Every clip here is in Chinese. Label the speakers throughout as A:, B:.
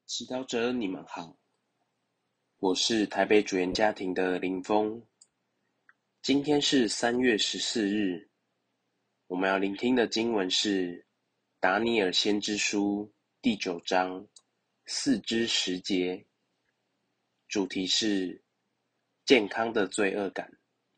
A: 祈祷者，你们好，我是台北主言家庭的林峰。今天是3月14日，我们要聆听的经文是达尼尔先知书第9章4至10节，主题是健康的罪恶感。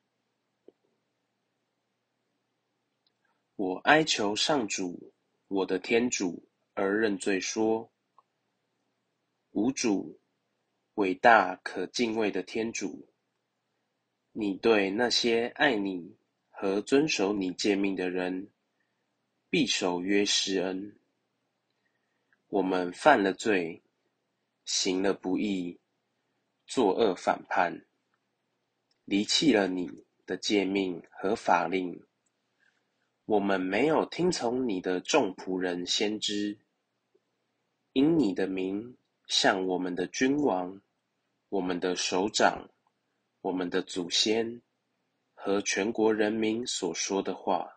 A: 我哀求上主，我的天主，而认罪说：吾主，伟大可敬畏的天主，你对那些爱你和遵守你诫命的人，必守约施恩。我们犯了罪，行了不义，作恶反叛，离弃了你的诫命和法令。我们没有听从你的众仆人先知，因你的名向我们的君王、我们的首长、我们的祖先和全国人民所说的话。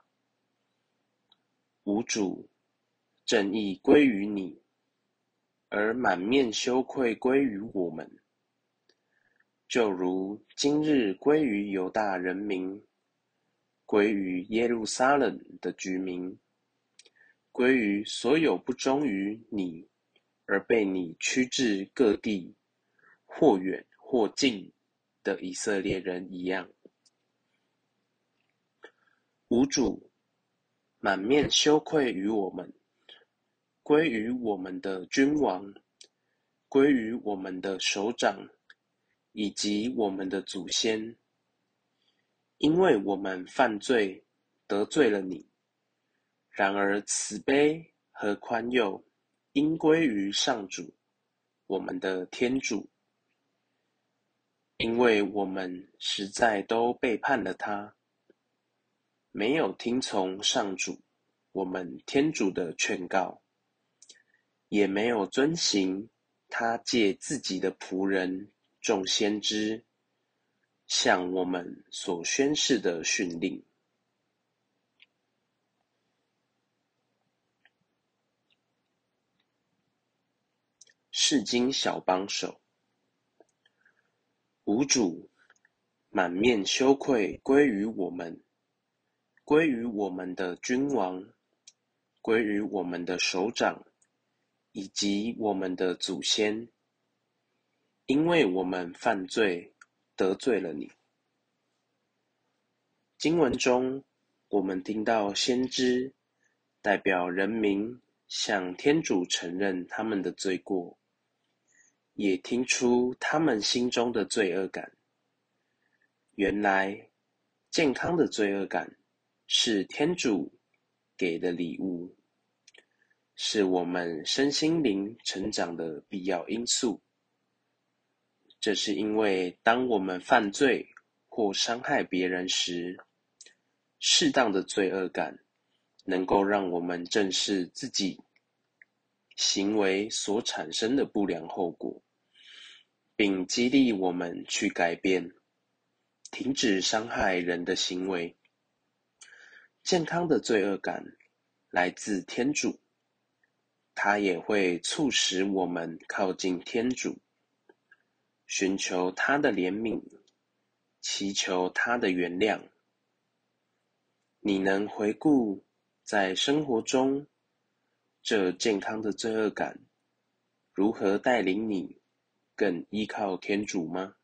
A: 吾主，正义归于你，而满面羞愧归于我们，就如今日归于犹大人民，归于耶路撒冷的居民，归于所有不忠于你而被你驱至各地，或远或近的以色列人一样。吾主，满面羞愧于我们，归于我们的君王，归于我们的首长，以及我们的祖先，因为我们犯罪得罪了你。然而慈悲和宽宥应归于上主，我们的天主，因为我们实在都背叛了他，没有听从上主，我们天主的劝告，也没有遵行他借自己的仆人众先知向我们所宣示的训令。释经小帮手。吾主，满面羞愧归于我们，归于我们的君王，归于我们的首长，以及我们的祖先，因为我们犯罪得罪了你。经文中，我们听到先知代表人民向天主承认他们的罪过，也听出他们心中的罪恶感。原来，健康的罪恶感是天主给的礼物，是我们身心灵成长的必要因素。这是因为当我们犯罪或伤害别人时，适当的罪恶感能够让我们正视自己行为所产生的不良后果，并激励我们去改变，停止伤害人的行为。健康的罪恶感来自天主，它也会促使我们靠近天主，寻求他的怜悯，祈求他的原谅。你能回顾在生活中这健康的罪恶感如何带领你更依靠天主吗？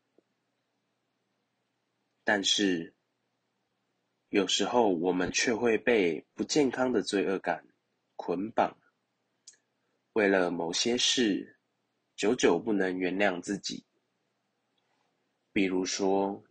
A: 但是有时候我们却会被不健康的罪恶感捆绑，为了某些事久久不能原谅自己。比如说，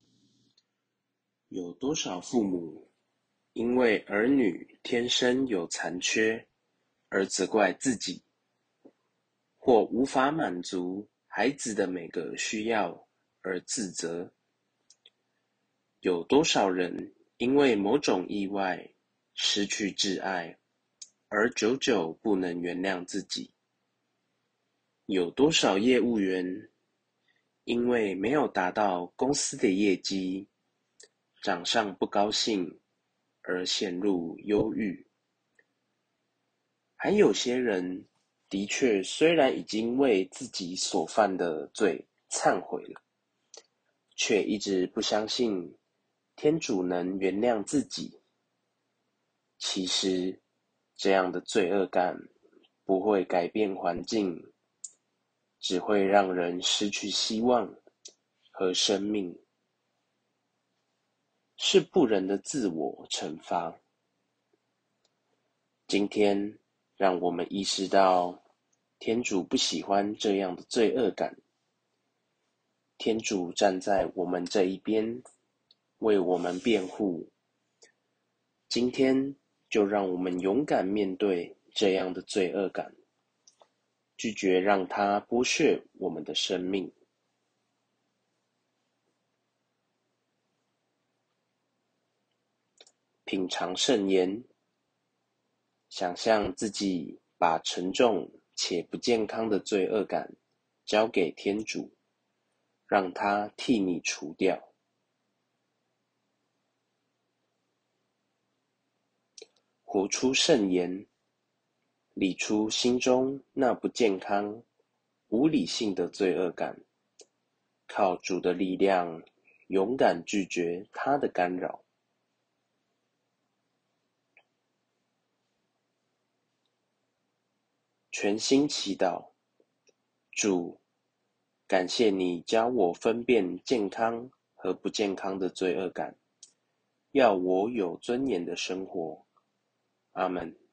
A: 有多少父母因为儿女天生有残缺而责怪自己，或无法满足孩子的每个需要而自责？有多少人因为某种意外失去挚爱而久久不能原谅自己？有多少业务员因为没有达到公司的业绩，长上不高兴而陷入忧郁？还有些人的确，虽然已经为自己所犯的罪忏悔了，却一直不相信天主能原谅自己。其实，这样的罪恶感不会改变环境，只会让人失去希望和生命，是不仁的自我惩罚。今天，让我们意识到，天主不喜欢这样的罪恶感。天主站在我们这一边，为我们辩护。今天，就让我们勇敢面对这样的罪恶感，拒绝让它剥削我们的生命。品尝圣言，想象自己把沉重且不健康的罪恶感交给天主，让他替你除掉。活出圣言，理出心中那不健康、无理性的罪恶感，靠主的力量，勇敢拒绝他的干扰。全心祈祷，主，感谢你教我分辨健康和不健康的罪恶感，要我有尊严的生活。阿们。